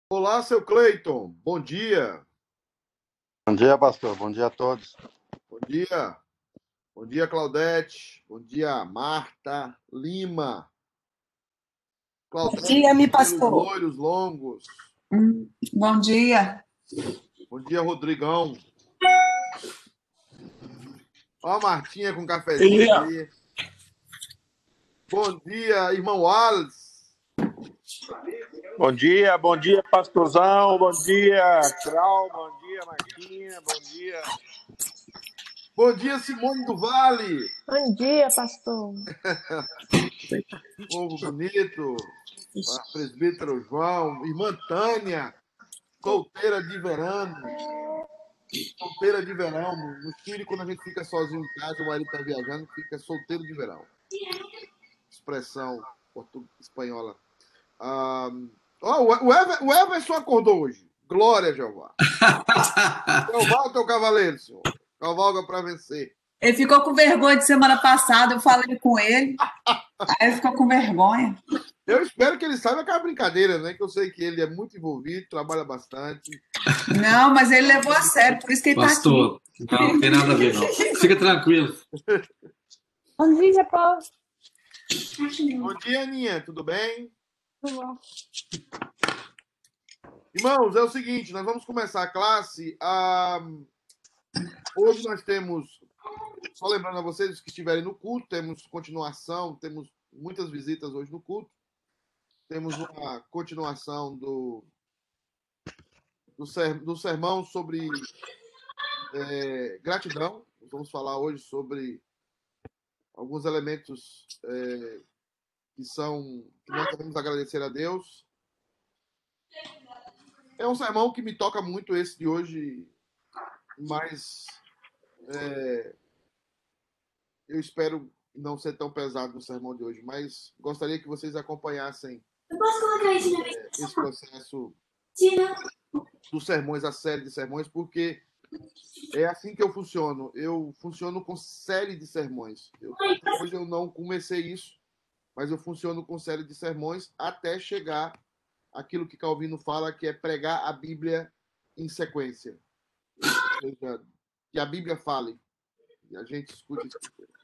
Olá, seu Cleiton. Bom dia. Bom dia, pastor. Bom dia a todos. Bom dia. Bom dia, Claudete. Bom dia, Marta Lima. Bom Claudete, dia, me cabelos pastor. loiros longos. Bom dia. Bom dia, Rodrigão. Ó a Martinha com cafezinho aí. Bom dia, irmão Wallace. Bom dia, pastorzão, bom dia, Krau, bom dia, Marquinha, bom dia. Bom dia, Simone do Vale. Bom dia, pastor. Povo bonito. Presbítero João. Irmã Tânia. Solteira de verão. Solteira de verão. No Chile, quando a gente fica sozinho em casa, o marido está viajando, fica solteiro de verão. Expressão espanhola. O Everson acordou hoje. Glória, Jeová. Jeová, o teu cavaleiro, senhor. Cavalga para vencer. Ele ficou com vergonha de semana passada, eu falei com ele. Aí ele ficou com vergonha. Eu espero que ele saiba aquela brincadeira, né? Que eu sei que ele é muito envolvido, trabalha bastante. Não, mas ele levou a sério, por isso que ele Pastor, tá aqui. não tem nada a ver, não. Fica tranquilo. Bom dia, Paulo. Bom dia, Aninha. Tudo bem? Tudo bom. Irmãos, é o seguinte, nós vamos começar a classe. Hoje nós temos, só lembrando a vocês que estiverem no culto, temos continuação, temos muitas visitas hoje no culto. Temos uma continuação do sermão sobre gratidão. Nós vamos falar hoje sobre alguns elementos que nós devemos agradecer a Deus. É um sermão que me toca muito, esse de hoje, mas eu espero não ser tão pesado no sermão de hoje, mas gostaria que vocês acompanhassem esse processo dos sermões, a série de sermões, porque é assim que eu funciono. Eu funciono com série de sermões. Hoje eu não comecei isso, mas eu funciono com série de sermões até chegar àquilo que Calvino fala, que é pregar a Bíblia em sequência. Ou seja, que a Bíblia fale. E a gente escute isso.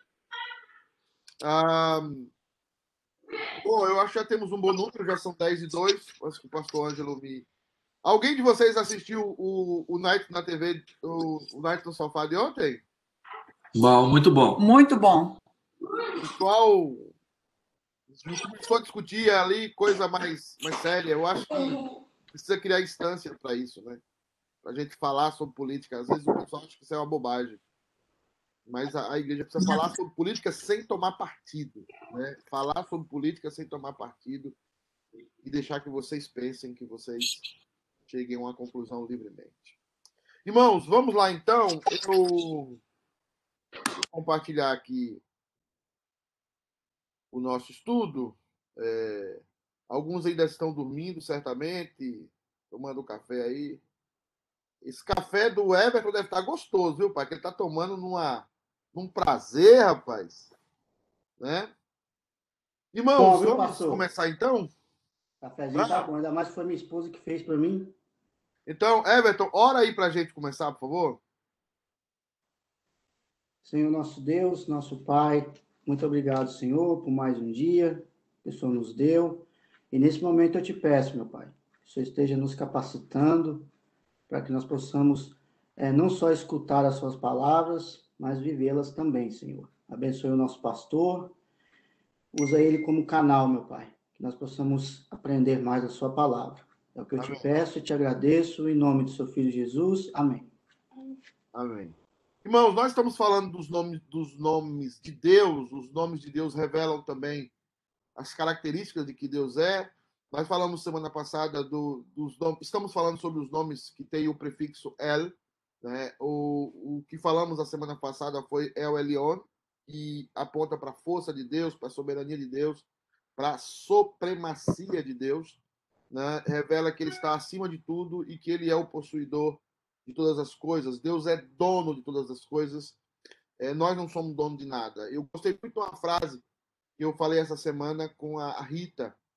Bom, eu acho que já temos um bom número, já são 10:02. Acho que o pastor Ângelo me... Alguém de vocês assistiu o Night na TV, o Night no Sofá de ontem? Bom, muito bom. Muito bom. O pessoal começou a discutir ali coisa mais séria. Eu acho que precisa criar instância para isso, né? Para a gente falar sobre política. Às vezes o pessoal acha que isso é uma bobagem. Mas a igreja precisa falar sobre política sem tomar partido, né? Falar sobre política sem tomar partido e deixar que vocês pensem, que vocês cheguem a uma conclusão livremente. Irmãos, vamos lá então. Eu vou compartilhar aqui o nosso estudo. Alguns ainda estão dormindo, certamente, tomando café aí. Esse café do Everton deve estar gostoso, viu, pai? Que ele está tomando num prazer, rapaz. Né? Irmãos, Bom, vamos começar então? Cafézinho tá bom, ainda mais que foi minha esposa que fez para mim. Então, Everton, ora aí para a gente começar, por favor. Senhor nosso Deus, nosso Pai, muito obrigado, Senhor, por mais um dia que o Senhor nos deu. E nesse momento eu te peço, meu Pai, que o Senhor esteja nos capacitando para que nós possamos não só escutar as suas palavras, mas vivê-las também, Senhor. Abençoe o nosso pastor, usa ele como canal, meu Pai, que nós possamos aprender mais a sua palavra. É o que eu te peço e te agradeço, em nome do seu Filho Jesus. Amém. Amém. Irmãos, nós estamos falando dos nomes de Deus. Os nomes de Deus revelam também as características de que Deus é. Nós falamos semana passada dos nomes. Estamos falando sobre os nomes que têm o prefixo El. Né? O que falamos a semana passada foi El Elyon, que aponta para a força de Deus, para a soberania de Deus, para a supremacia de Deus. Né? Revela que ele está acima de tudo e que ele é o possuidor de todas as coisas. Deus é dono de todas as coisas. Nós não somos dono de nada. Eu gostei muito de uma frase que eu falei essa semana com a Rita.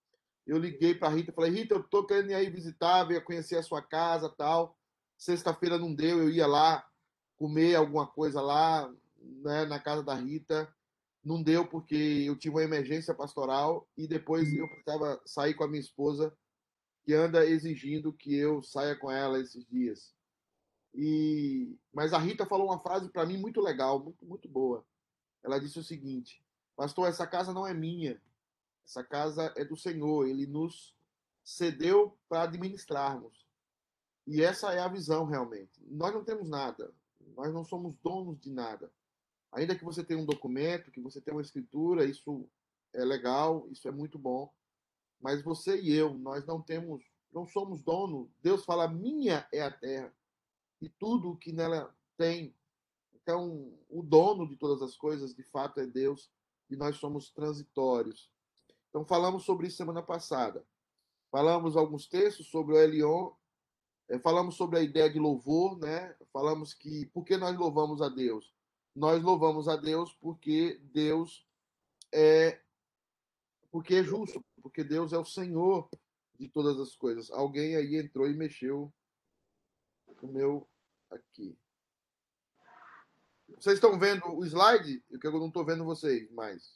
eu liguei para a Rita, falei, Rita, eu tô querendo ir aí visitar, vir conhecer a sua casa, tal. Sexta-feira não deu, eu ia lá comer alguma coisa lá, né, na casa da Rita. Não deu porque eu tive uma emergência pastoral e depois eu precisava sair com a minha esposa, que anda exigindo que eu saia com ela esses dias. Mas a Rita falou uma frase para mim muito legal, muito, muito boa. Ela disse o seguinte: pastor, essa casa não é minha, essa casa é do Senhor, ele nos cedeu para administrarmos. E essa é a visão realmente. Nós não temos nada, nós não somos donos de nada. Ainda que você tenha um documento, que você tenha uma escritura, isso é legal, isso é muito bom. Mas você e eu, nós não somos donos. Deus fala, minha é a terra e tudo o que nela tem. Então, o dono de todas as coisas, de fato, é Deus e nós somos transitórios. Então, falamos sobre isso semana passada. Falamos alguns textos sobre o Elion, falamos sobre a ideia de louvor, né? Falamos que, por que nós louvamos a Deus? Nós louvamos a Deus porque porque é justo, porque Deus é o Senhor de todas as coisas. Alguém aí entrou e mexeu no meu aqui. Vocês estão vendo o slide? Eu não estou vendo vocês mais.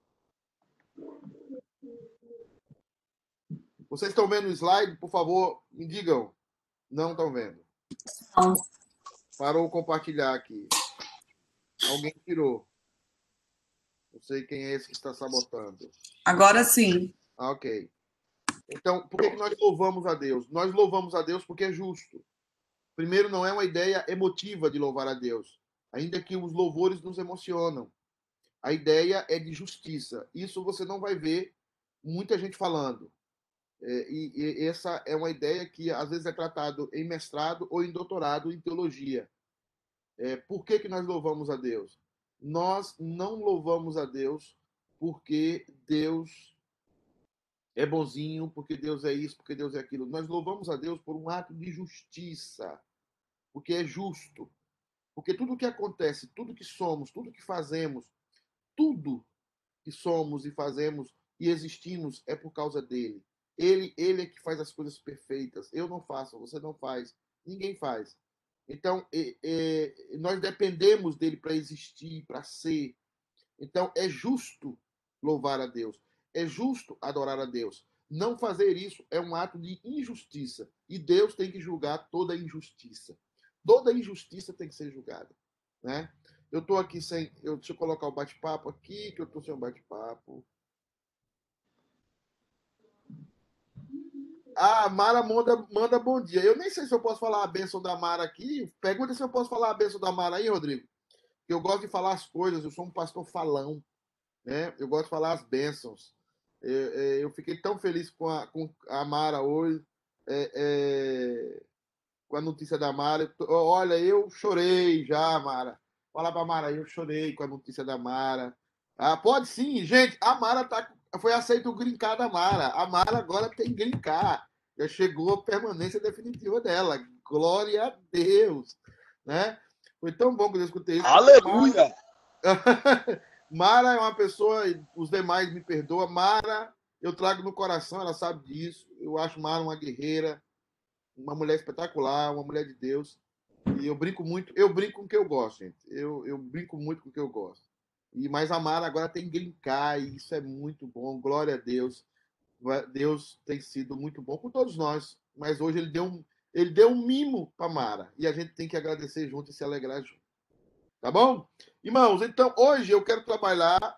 Vocês estão vendo o slide? Por favor, me digam. Não estão vendo. Não. Parou compartilhar aqui. Alguém tirou. Não sei quem é esse que está sabotando. Agora sim. Ok. Então, por que nós louvamos a Deus? Nós louvamos a Deus porque é justo. Primeiro, não é uma ideia emotiva de louvar a Deus, ainda que os louvores nos emocionam. A ideia é de justiça. Isso você não vai ver muita gente falando. E essa é uma ideia que às vezes é tratado em mestrado ou em doutorado em teologia. Por que nós louvamos a Deus? Nós não louvamos a Deus porque Deus é bonzinho, porque Deus é isso, porque Deus é aquilo. Nós louvamos a Deus por um ato de justiça, porque é justo. Porque tudo que acontece, tudo que somos, tudo que fazemos, tudo que somos e fazemos e existimos é por causa dele. Ele é que faz as coisas perfeitas. Eu não faço, você não faz, ninguém faz. Então, nós dependemos dele para existir, para ser. Então, é justo louvar a Deus. É justo adorar a Deus. Não fazer isso é um ato de injustiça. E Deus tem que julgar toda injustiça. Toda injustiça tem que ser julgada. Né? Eu estou aqui sem... deixa eu colocar o bate-papo aqui, que eu estou sem o bate-papo. A Mara manda bom dia. Eu nem sei se eu posso falar a bênção da Mara aqui. Pergunta se eu posso falar a bênção da Mara aí, Rodrigo. Eu gosto de falar as coisas. Eu sou um pastor falão. Né? Eu gosto de falar as bênçãos. Eu fiquei tão feliz com a Mara hoje. Com a notícia da Mara. Olha, eu chorei já, Mara. Fala pra Mara, eu chorei com a notícia da Mara. Ah, pode sim, gente. A Mara foi aceito o green card da Mara. A Mara agora tem green card. Já chegou a permanência definitiva dela. Glória a Deus. Né? Foi tão bom que eu escutei isso. Aleluia! Mara é uma pessoa, os demais me perdoam. Mara, eu trago no coração, ela sabe disso. Eu acho Mara uma guerreira, uma mulher espetacular, uma mulher de Deus. E eu brinco com o que eu gosto, gente. Eu brinco muito com o que eu gosto. Mas a Mara agora tem green card, e isso é muito bom. Glória a Deus. Deus tem sido muito bom com todos nós. Mas hoje ele deu um mimo para Mara. E a gente tem que agradecer junto e se alegrar junto. Tá bom? Irmãos, então hoje eu quero trabalhar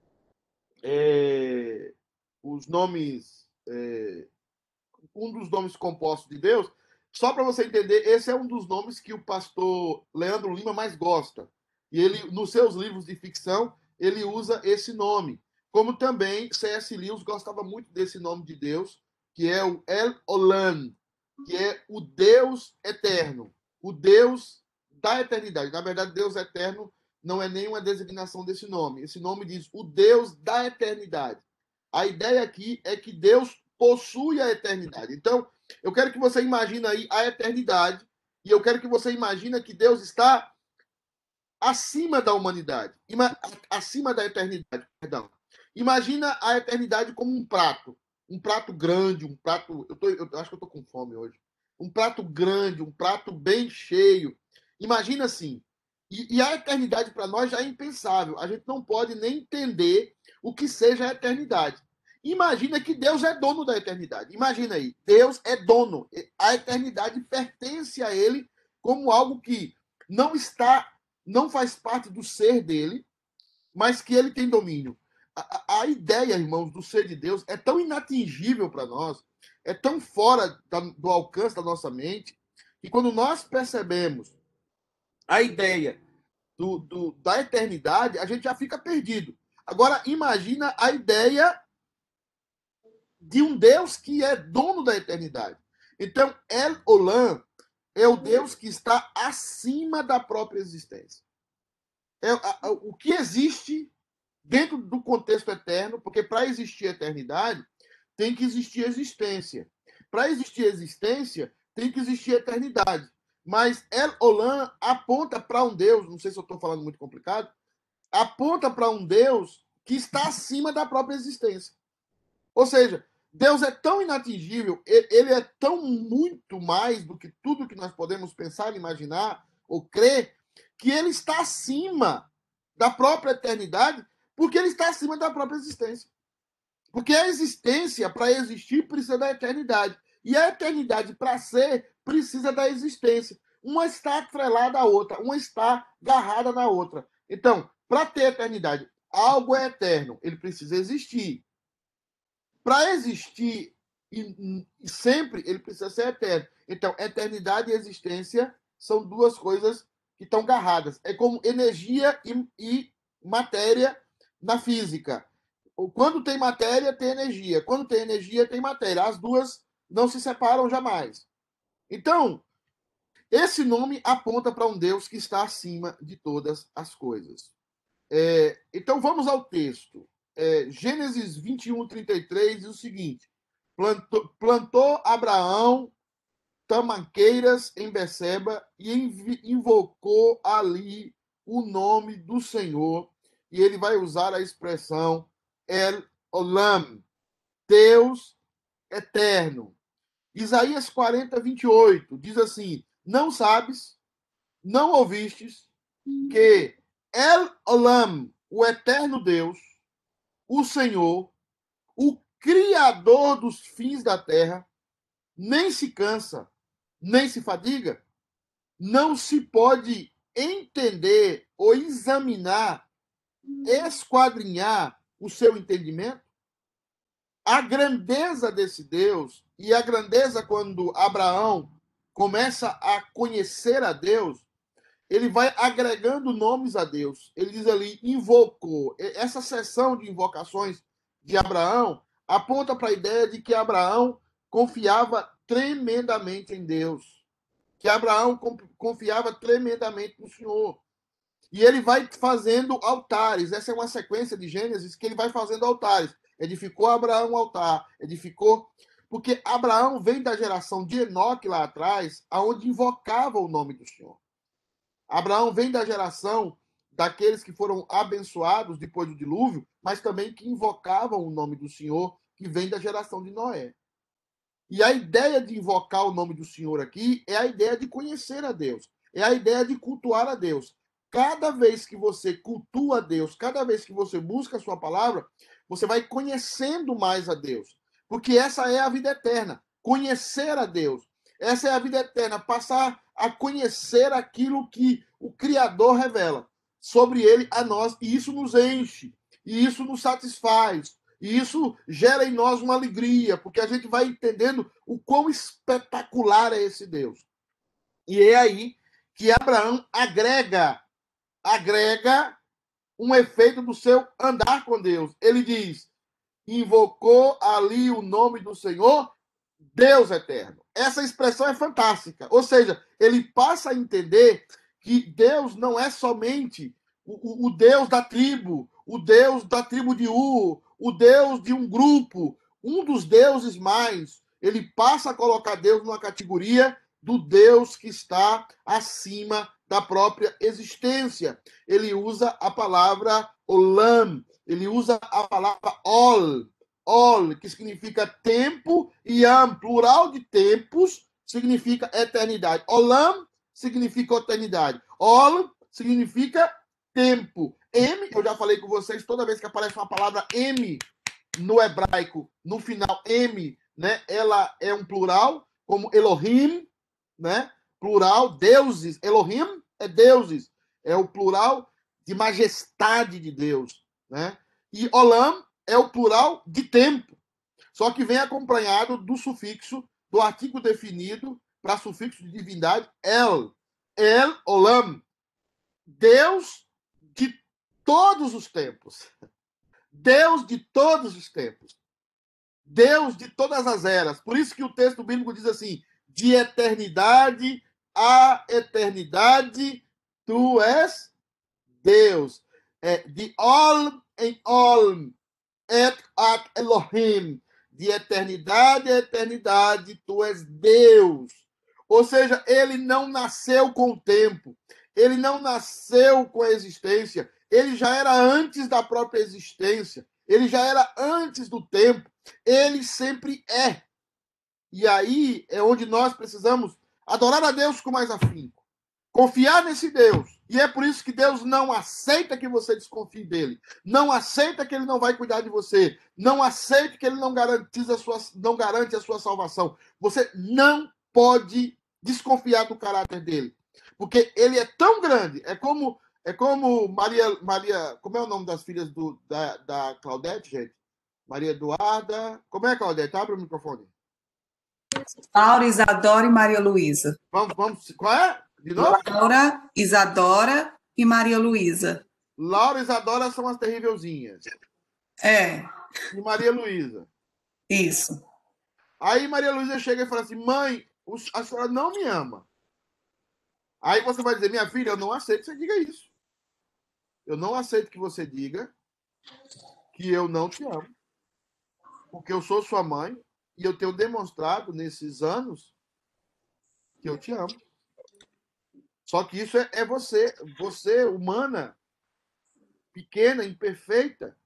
os nomes, um dos nomes compostos de Deus. Só para você entender, esse é um dos nomes que o pastor Leandro Lima mais gosta. E ele, nos seus livros de ficção, ele usa esse nome. Como também C.S. Lewis gostava muito desse nome de Deus, que é o El Olam, que é o Deus eterno, o Deus da eternidade. Na verdade, Deus eterno não é nenhuma designação desse nome. Esse nome diz o Deus da eternidade. A ideia aqui é que Deus possui a eternidade. Então, eu quero que você imagine aí a eternidade e eu quero que você imagine que Deus está acima da humanidade, acima da eternidade, perdão. Imagina a eternidade como um prato. um prato grande, um prato. Eu acho que eu estou com fome hoje. Um prato grande, um prato bem cheio. Imagina assim. E a eternidade para nós já é impensável. A gente não pode nem entender o que seja a eternidade. Imagina que Deus é dono da eternidade. Imagina aí. Deus é dono. A eternidade pertence a Ele como algo que não faz parte do ser dele, mas que ele tem domínio. A ideia, irmãos, do ser de Deus é tão inatingível para nós, é tão fora do alcance da nossa mente, que quando nós percebemos a ideia da eternidade, a gente já fica perdido. Agora, imagina a ideia de um Deus que é dono da eternidade. Então, El Olam é o Deus que está acima da própria existência. O que existe dentro do contexto eterno, porque para existir eternidade, tem que existir existência. Para existir existência, tem que existir eternidade. Mas El Olam aponta para um Deus, não sei se eu estou falando muito complicado, aponta para um Deus que está acima da própria existência. Ou seja, Deus é tão inatingível, ele é tão muito mais do que tudo que nós podemos pensar, imaginar ou crer, que ele está acima da própria eternidade, porque ele está acima da própria existência. Porque a existência, para existir, precisa da eternidade. E a eternidade, para ser, precisa da existência. Uma está atrelada à outra, uma está agarrada na outra. Então, para ter eternidade, algo é eterno, ele precisa existir. Para existir e sempre, ele precisa ser eterno. Então, eternidade e existência são duas coisas que estão agarradas. É como energia e matéria na física. Quando tem matéria, tem energia. Quando tem energia, tem matéria. As duas não se separam jamais. Então, esse nome aponta para um Deus que está acima de todas as coisas. Então, vamos ao texto. Gênesis 21, 33 diz o seguinte: plantou Abraão tamanqueiras em Beceba e invocou ali o nome do Senhor. E ele vai usar a expressão El Olam, Deus eterno. Isaías 40, 28 diz assim: não sabes, não ouvistes que El Olam, o eterno Deus, o Senhor, o Criador dos fins da terra, nem se cansa, nem se fadiga? Não se pode entender ou examinar, esquadrinhar o seu entendimento? A grandeza desse Deus, e a grandeza quando Abraão começa a conhecer a Deus, ele vai agregando nomes a Deus. Ele diz ali, invocou. Essa seção de invocações de Abraão aponta para a ideia de que Abraão confiava tremendamente em Deus. Que Abraão confiava tremendamente no Senhor. E ele vai fazendo altares. Essa é uma sequência de Gênesis que ele vai fazendo altares. Edificou Abraão um altar, edificou... Porque Abraão vem da geração de Enoque lá atrás, aonde invocava o nome do Senhor. Abraão vem da geração daqueles que foram abençoados depois do dilúvio, mas também que invocavam o nome do Senhor, que vem da geração de Noé. E a ideia de invocar o nome do Senhor aqui é a ideia de conhecer a Deus, é a ideia de cultuar a Deus. Cada vez que você cultua a Deus, cada vez que você busca a sua palavra, você vai conhecendo mais a Deus. Porque essa é a vida eterna, conhecer a Deus. Essa é a vida eterna, passar a conhecer aquilo que o Criador revela sobre ele a nós, e isso nos enche, e isso nos satisfaz, e isso gera em nós uma alegria, porque a gente vai entendendo o quão espetacular é esse Deus. E é aí que Abraão agrega um efeito do seu andar com Deus. Ele diz, invocou ali o nome do Senhor, Deus eterno. Essa expressão é fantástica. Ou seja, ele passa a entender que Deus não é somente o Deus da tribo, o Deus da tribo de U, o Deus de um grupo, um dos deuses mais. Ele passa a colocar Deus numa categoria do Deus que está acima da própria existência. Ele usa a palavra Olam, ele usa a palavra Ol, ol, que significa tempo, e am, plural de tempos, significa eternidade. Olam significa eternidade. Ol significa tempo. M, eu já falei com vocês, toda vez que aparece uma palavra M no hebraico, no final, M, né, ela é um plural, como Elohim, né, plural, deuses. Elohim é deuses, é o plural de majestade de Deus, né? E Olam é o plural de tempo, só que vem acompanhado do sufixo, do artigo definido para sufixo de divindade, El. El, Olam, Deus de todos os tempos. Deus de todos os tempos. Deus de todas as eras. Por isso que o texto bíblico diz assim, de eternidade a eternidade, tu és Deus. De Olm em Olm, et at Elohim, de eternidade a eternidade, tu és Deus. Ou seja, ele não nasceu com o tempo, ele não nasceu com a existência, ele já era antes da própria existência, ele já era antes do tempo, ele sempre é. E aí é onde nós precisamos adorar a Deus com mais afinco, confiar nesse Deus. E é por isso que Deus não aceita que você desconfie dele, não aceita que ele não vai cuidar de você, não aceita que ele não garante a sua salvação. Você não pode desconfiar do caráter dele, porque ele é tão grande, é como Maria, como é o nome das filhas da Claudete, gente? Maria Eduarda, como é, Claudete? Abre o microfone. Laura, Isadora e Maria Luísa. Vamos, qual é? De novo? Laura, Isadora e Maria Luísa. Laura e Isadora são as terrívelzinhas. É. E Maria Luísa. Isso. Aí Maria Luísa chega e fala assim, mãe, a senhora não me ama. Aí você vai dizer, minha filha, eu não aceito que você diga isso. Eu não aceito que você diga que eu não te amo. Porque eu sou sua mãe e eu tenho demonstrado nesses anos que eu te amo. Só que isso é você, humana, pequena, imperfeita.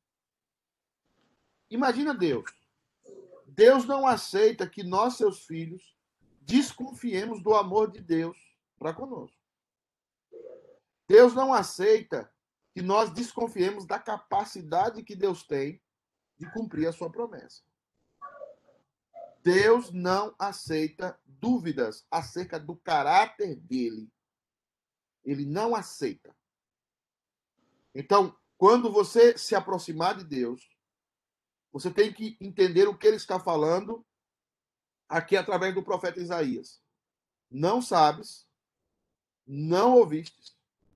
Imagina Deus. Deus não aceita que nós, seus filhos, desconfiemos do amor de Deus para conosco. Deus não aceita que nós desconfiemos da capacidade que Deus tem de cumprir a sua promessa. Deus não aceita dúvidas acerca do caráter dele. Ele não aceita. Então, quando você se aproximar de Deus, você tem que entender o que ele está falando aqui através do profeta Isaías. Não sabes, não ouvistes.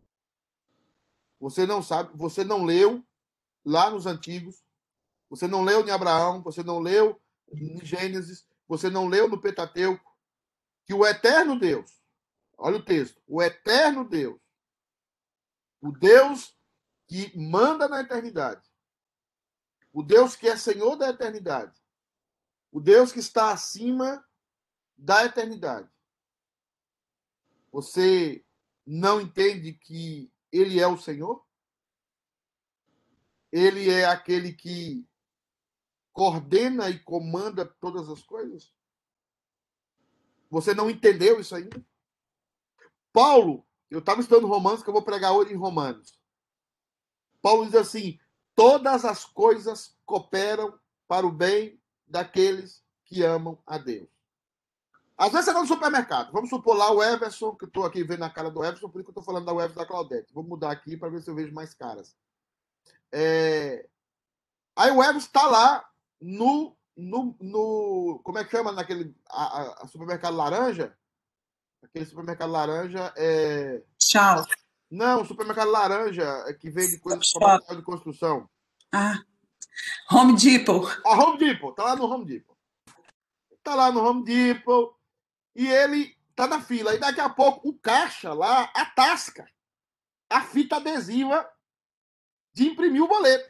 Você não sabe, você não leu lá nos antigos, você não leu em Abraão, você não leu em Gênesis, você não leu no Pentateuco, que o eterno Deus, olha o texto, o eterno Deus, o Deus que manda na eternidade, o Deus que é Senhor da eternidade, o Deus que está acima da eternidade. Você não entende que ele é o Senhor? Ele é aquele que coordena e comanda todas as coisas? Você não entendeu isso ainda? Paulo, eu estava estudando Romanos, que eu vou pregar hoje em Romanos. Paulo diz assim, todas as coisas cooperam para o bem daqueles que amam a Deus. Às vezes você está no supermercado. Vamos supor lá o Everson, que eu estou aqui vendo a cara do Everson, por isso que eu estou falando da Everson da Claudete. Vou mudar aqui para ver se eu vejo mais caras. Aí o Everson está lá no como é que chama naquele a supermercado laranja? Aquele supermercado laranja é... Tchau. Não, supermercado laranja que vende coisas de material de construção. Home Depot. A Home Depot, tá lá no Home Depot. Tá lá no Home Depot e ele tá na fila. E daqui a pouco o caixa lá atasca a fita adesiva de imprimir o boleto.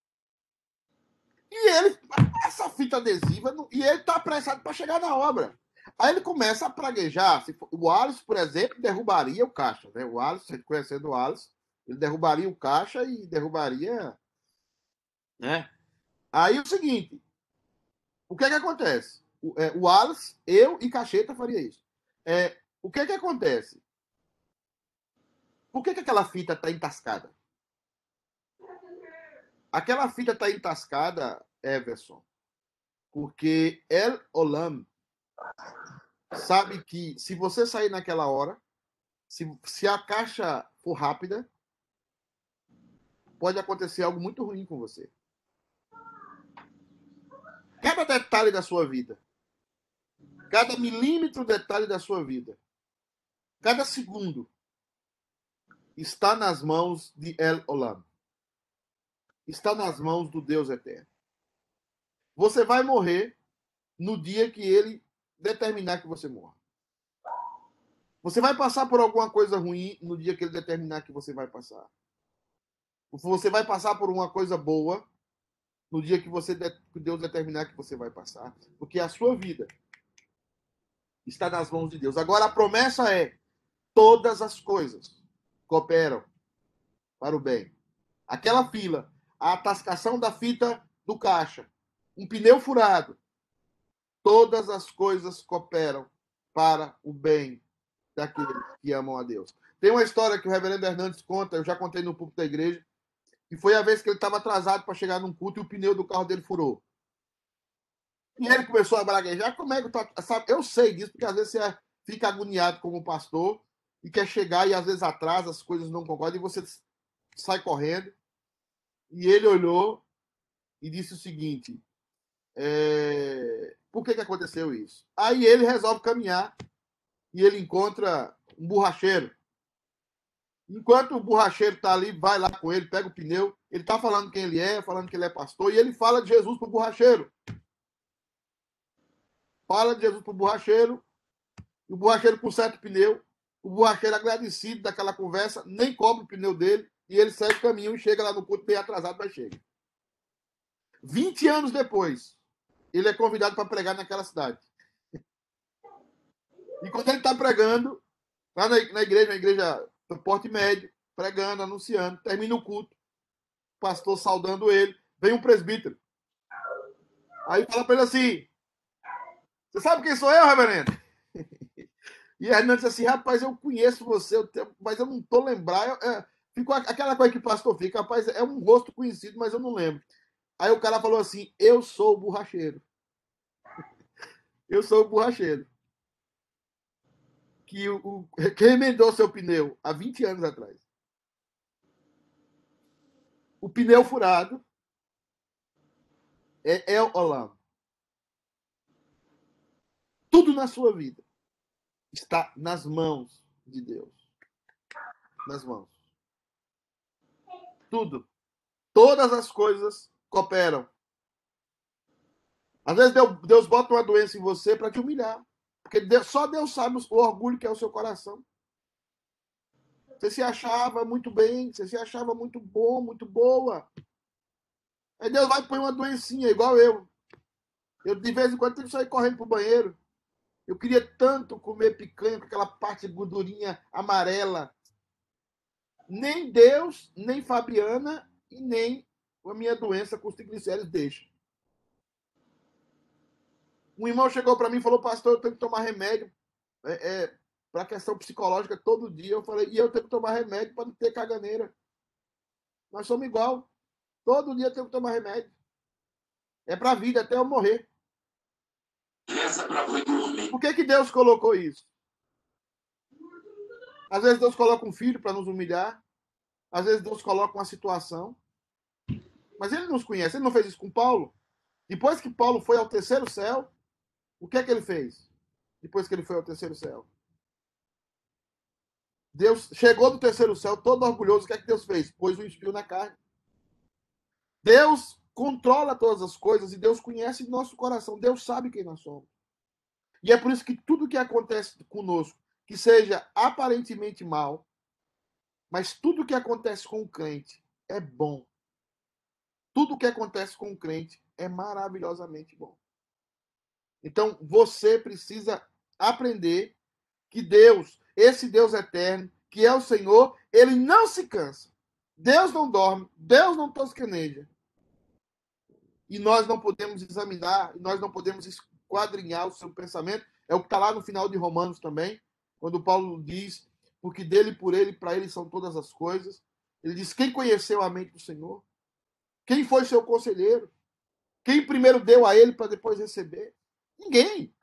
E ele, essa fita adesiva, e ele tá apressado para chegar na obra. Aí ele começa a praguejar. O Alisson, por exemplo, derrubaria o caixa. Né? O Alisson, conhecendo o Alisson, ele derrubaria o caixa e derrubaria... Né? Aí é o seguinte, O que é que acontece? O Wallace, eu e Cacheta faria isso. O que é que acontece? Por que aquela fita está entascada? Aquela fita está entascada, Everson, porque El Olam sabe que se você sair naquela hora, se a caixa for rápida, pode acontecer algo muito ruim com você. Cada detalhe da sua vida, cada milímetro detalhe da sua vida, cada segundo está nas mãos de El Olam. Está nas mãos do Deus eterno. Você vai morrer no dia que ele determinar que você morra. Você vai passar por alguma coisa ruim no dia que ele determinar que você vai passar. Você vai passar por uma coisa boa no dia que Deus determinar que você vai passar. Porque a sua vida está nas mãos de Deus. Agora a promessa é: todas as coisas cooperam para o bem. Aquela fila, a atascação da fita do caixa, um pneu furado, todas as coisas cooperam para o bem daqueles que amam a Deus. Tem uma história que o reverendo Hernandes conta, eu já contei no púlpito da igreja, que foi a vez que ele estava atrasado para chegar num culto e o pneu do carro dele furou. E ele começou a braguejar. Como é que eu sabe? Eu sei disso, porque às vezes você fica agoniado como pastor e quer chegar e às vezes atrasa, as coisas não concordam e você sai correndo. E ele olhou e disse o seguinte: por que aconteceu isso? Aí ele resolve caminhar e ele encontra um borracheiro. Enquanto o borracheiro está ali, vai lá com ele, pega o pneu, ele está falando quem ele é, falando que ele é pastor, e ele fala de Jesus para o borracheiro. Fala de Jesus para o borracheiro, e o borracheiro conserta o pneu, o borracheiro agradecido daquela conversa, nem cobra o pneu dele, e ele segue o caminho e chega lá no culto bem atrasado, mas chega. 20 anos depois, ele é convidado para pregar naquela cidade. E quando ele está pregando, lá na igreja do porte médio, pregando, anunciando, termina o culto, o pastor saudando ele, vem um presbítero. Aí fala para ele assim: você sabe quem sou eu, reverendo? E Hernandes disse assim: rapaz, eu conheço você, mas eu não estou lembrando. Ficou aquela coisa que o pastor fica: rapaz, é um rosto conhecido, mas eu não lembro. Aí o cara falou assim: eu sou o borracheiro. Eu sou o borracheiro. Que remendou seu pneu há 20 anos atrás. O pneu furado é El Olam. Tudo na sua vida está nas mãos de Deus. Nas mãos. Tudo. Todas as coisas cooperam. Às vezes Deus bota uma doença em você para te humilhar. Porque só Deus sabe o orgulho que é o seu coração. Você se achava muito bem, você se achava muito bom, muito boa. Aí Deus vai pôr uma doencinha, igual eu. Eu, de vez em quando, tenho que sair correndo pro banheiro. Eu queria tanto comer picanha com aquela parte de gordurinha amarela. Nem Deus, nem Fabiana e nem a minha doença com os triglicéridos deixam. Um irmão chegou para mim e falou: pastor, eu tenho que tomar remédio para questão psicológica todo dia. Eu falei: e eu tenho que tomar remédio para não ter caganeira. Nós somos igual. Todo dia eu tenho que tomar remédio. É para a vida, até eu morrer. Por que Deus colocou isso? Às vezes Deus coloca um filho para nos humilhar. Às vezes Deus coloca uma situação. Mas ele nos conhece. Ele não fez isso com Paulo. Depois que Paulo foi ao terceiro céu, o que é que ele fez? Depois que ele foi ao terceiro céu. Deus chegou do terceiro céu todo orgulhoso. O que é que Deus fez? Pôs um espinho na carne. Deus controla todas as coisas e Deus conhece nosso coração. Deus sabe quem nós somos. E é por isso que tudo que acontece conosco, que seja aparentemente mal, mas tudo que acontece com o crente é bom. Tudo que acontece com o crente é maravilhosamente bom. Então, você precisa aprender que Deus, esse Deus eterno, que é o Senhor, ele não se cansa. Deus não dorme, Deus não tosqueneja. e nós não podemos examinar, e nós não podemos esquadrinhar o seu pensamento. É o que está lá no final de Romanos também, quando Paulo diz, porque dele, por ele, para ele são todas as coisas. Ele diz, quem conheceu a mente do Senhor? Quem foi seu conselheiro? Quem primeiro deu a ele para depois receber? Ninguém.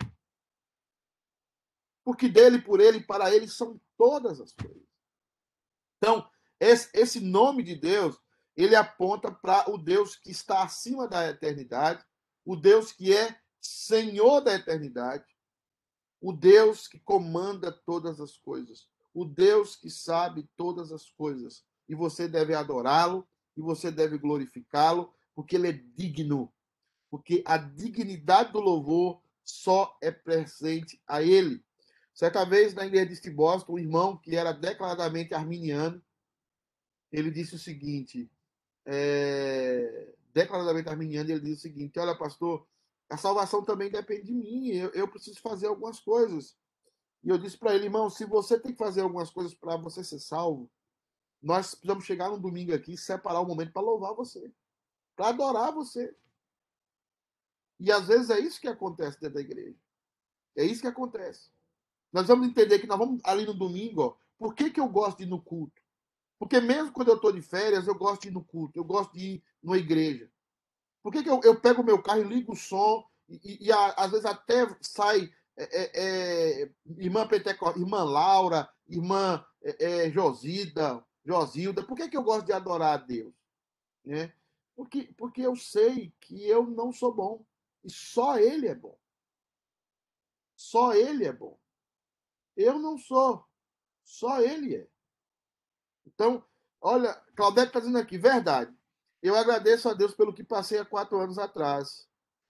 Porque dele, por ele, para ele são todas as coisas. Então, esse nome de Deus, ele aponta para o Deus que está acima da eternidade, o Deus que é Senhor da eternidade, o Deus que comanda todas as coisas, o Deus que sabe todas as coisas. E você deve adorá-lo, e você deve glorificá-lo, porque ele é digno. Porque a dignidade do louvor só é presente a ele. Certa vez, na igreja de Boston, um irmão que era declaradamente arminiano, ele disse o seguinte, declaradamente arminiano, ele disse o seguinte, olha, pastor, a salvação também depende de mim, eu preciso fazer algumas coisas. E eu disse para ele, irmão, se você tem que fazer algumas coisas para você ser salvo, nós precisamos chegar num domingo aqui e separar um momento para louvar você, para adorar você. E às vezes é isso que acontece dentro da igreja. É isso que acontece. Nós vamos entender que nós vamos ali no domingo, ó, por que eu gosto de ir no culto? Porque mesmo quando eu estou de férias, eu gosto de ir no culto, eu gosto de ir numa igreja. Por que eu pego o meu carro e ligo o som, às vezes até sai irmã Pentecoste, irmã Laura, irmã Josilda. Por que eu gosto de adorar a Deus? Né? Porque eu sei que eu não sou bom. E só Ele é bom. Só Ele é bom. Eu não sou. Só Ele é. Então, olha, Claudete está dizendo aqui, verdade. Eu agradeço a Deus pelo que passei há 4 anos atrás.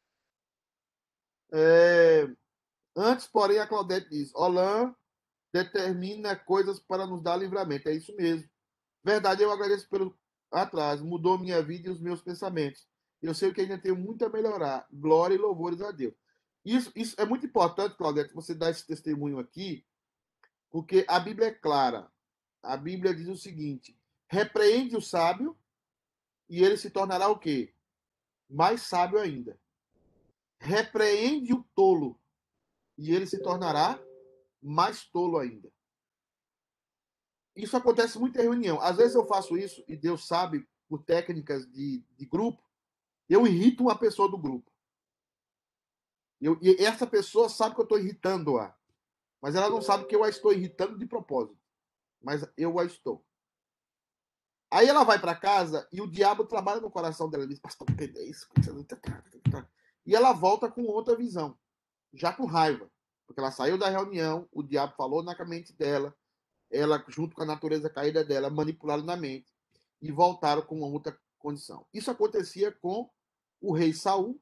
Antes, porém, a Claudete diz, Olan determina coisas para nos dar livramento. É isso mesmo. Verdade, eu agradeço pelo atraso. Mudou minha vida e os meus pensamentos. Eu sei que ainda tenho muito a melhorar. Glória e louvores a Deus. Isso é muito importante, Claudete, você dar esse testemunho aqui, porque a Bíblia é clara. A Bíblia diz o seguinte, repreende o sábio e ele se tornará o quê? Mais sábio ainda. Repreende o tolo e ele se tornará mais tolo ainda. Isso acontece muito em reunião. Às vezes eu faço isso, e Deus sabe, por técnicas de grupo, eu irrito uma pessoa do grupo. E essa pessoa sabe que eu estou irritando-a, mas ela não sabe que eu a estou irritando de propósito. Mas eu a estou. Aí ela vai para casa e o diabo trabalha no coração dela. Ele diz, pastor, é isso? E ela volta com outra visão, já com raiva. Porque ela saiu da reunião, o diabo falou na mente dela, ela, junto com a natureza caída dela, manipularam na mente e voltaram com uma outra condição. Isso acontecia com o rei Saul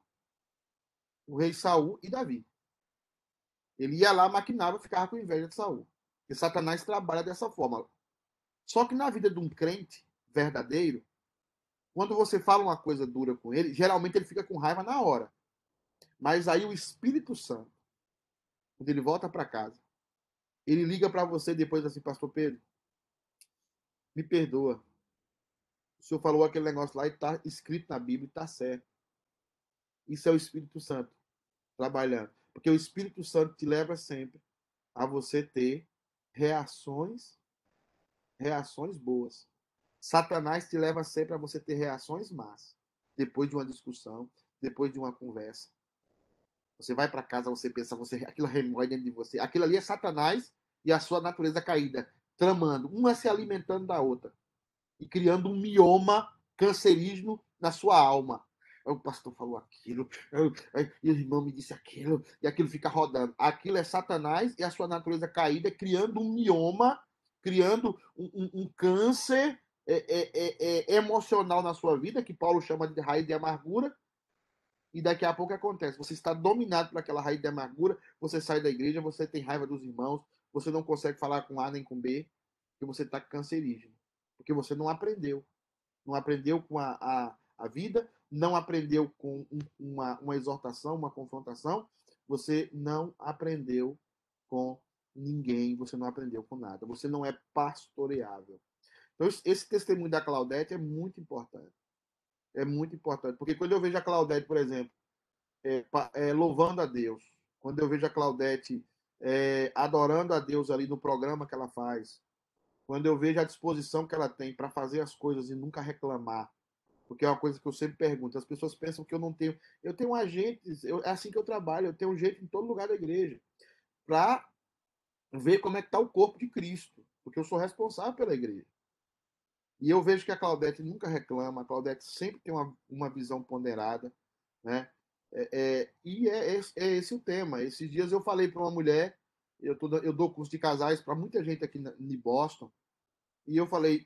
e Davi. Ele ia lá, maquinava, ficava com inveja de Saul. E Satanás trabalha dessa forma. Só que na vida de um crente verdadeiro, quando você fala uma coisa dura com ele, geralmente ele fica com raiva na hora. Mas aí o Espírito Santo, quando ele volta para casa, ele liga para você depois assim, pastor Pedro, me perdoa. O senhor falou aquele negócio lá e está escrito na Bíblia e está certo. Isso é o Espírito Santo trabalhando. Porque o Espírito Santo te leva sempre a você ter reações boas. Satanás te leva sempre a você ter reações más. Depois de uma discussão, depois de uma conversa. Você vai para casa, você pensa, aquilo remói dentro de você. Aquilo ali é Satanás e a sua natureza caída, tramando, uma se alimentando da outra e criando um mioma cancerígeno na sua alma. O pastor falou aquilo, e o irmão me disse aquilo, e aquilo fica rodando. Aquilo é Satanás e a sua natureza caída criando um mioma, criando um câncer emocional na sua vida, que Paulo chama de raiz de amargura, e daqui a pouco acontece, você está dominado por aquela raiz de amargura, você sai da igreja, você tem raiva dos irmãos, você não consegue falar com A nem com B, porque você está cancerígeno, porque você não aprendeu. Não aprendeu com a vida, não aprendeu com uma exortação, uma confrontação, você não aprendeu com ninguém, você não aprendeu com nada, você não é pastoreável. Então, esse testemunho da Claudete é muito importante. É muito importante. Porque quando eu vejo a Claudete, por exemplo, louvando a Deus, quando eu vejo a Claudete adorando a Deus ali no programa que ela faz, quando eu vejo a disposição que ela tem para fazer as coisas e nunca reclamar, porque é uma coisa que eu sempre pergunto, as pessoas pensam que eu não tenho, eu tenho agentes, é assim que eu trabalho, eu tenho um jeito em todo lugar da igreja, para ver como é que está o corpo de Cristo, porque eu sou responsável pela igreja. E eu vejo que a Claudete nunca reclama, a Claudete sempre tem uma visão ponderada, né? E é esse o tema. Esses dias eu falei para uma mulher, eu dou curso de casais para muita gente aqui em Boston, e eu falei,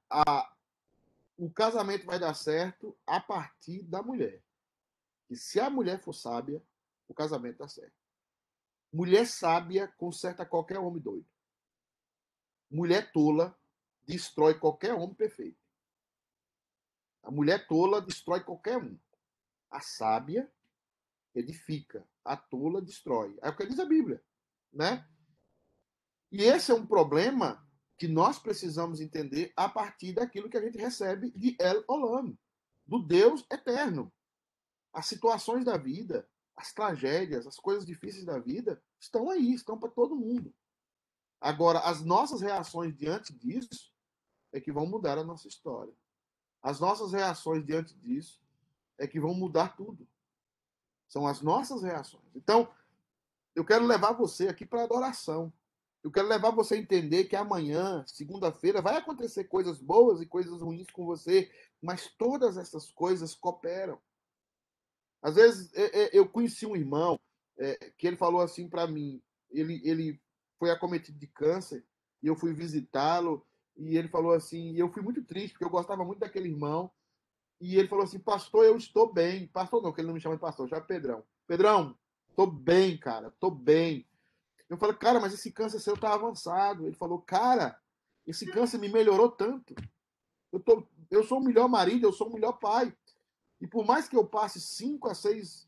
o casamento vai dar certo a partir da mulher. E se a mulher for sábia, o casamento dá certo. Mulher sábia conserta qualquer homem doido. Mulher tola destrói qualquer homem perfeito. A mulher tola destrói qualquer um. A sábia edifica, a tola destrói. É o que diz a Bíblia, né? E esse é um problema que nós precisamos entender a partir daquilo que a gente recebe de El Olam, do Deus eterno. As situações da vida, as tragédias, as coisas difíceis da vida estão aí, estão para todo mundo. Agora, as nossas reações diante disso é que vão mudar a nossa história. As nossas reações diante disso é que vão mudar tudo. São as nossas reações. Então, eu quero levar você aqui para adoração. Eu quero levar você a entender que amanhã, segunda-feira, vai acontecer coisas boas e coisas ruins com você, mas todas essas coisas cooperam. Às vezes, eu conheci um irmão que ele falou assim para mim, ele foi acometido de câncer, e eu fui visitá-lo, e ele falou assim, e eu fui muito triste, porque eu gostava muito daquele irmão, e ele falou assim, pastor, eu estou bem. Pastor não, que ele não me chama de pastor, chama Pedrão. Pedrão, estou bem, cara, estou bem. Eu falei, cara, mas esse câncer seu tá avançado. Ele falou, cara, esse câncer me melhorou tanto. Eu sou o melhor marido, eu sou o melhor pai. E por mais que eu passe 5 a 6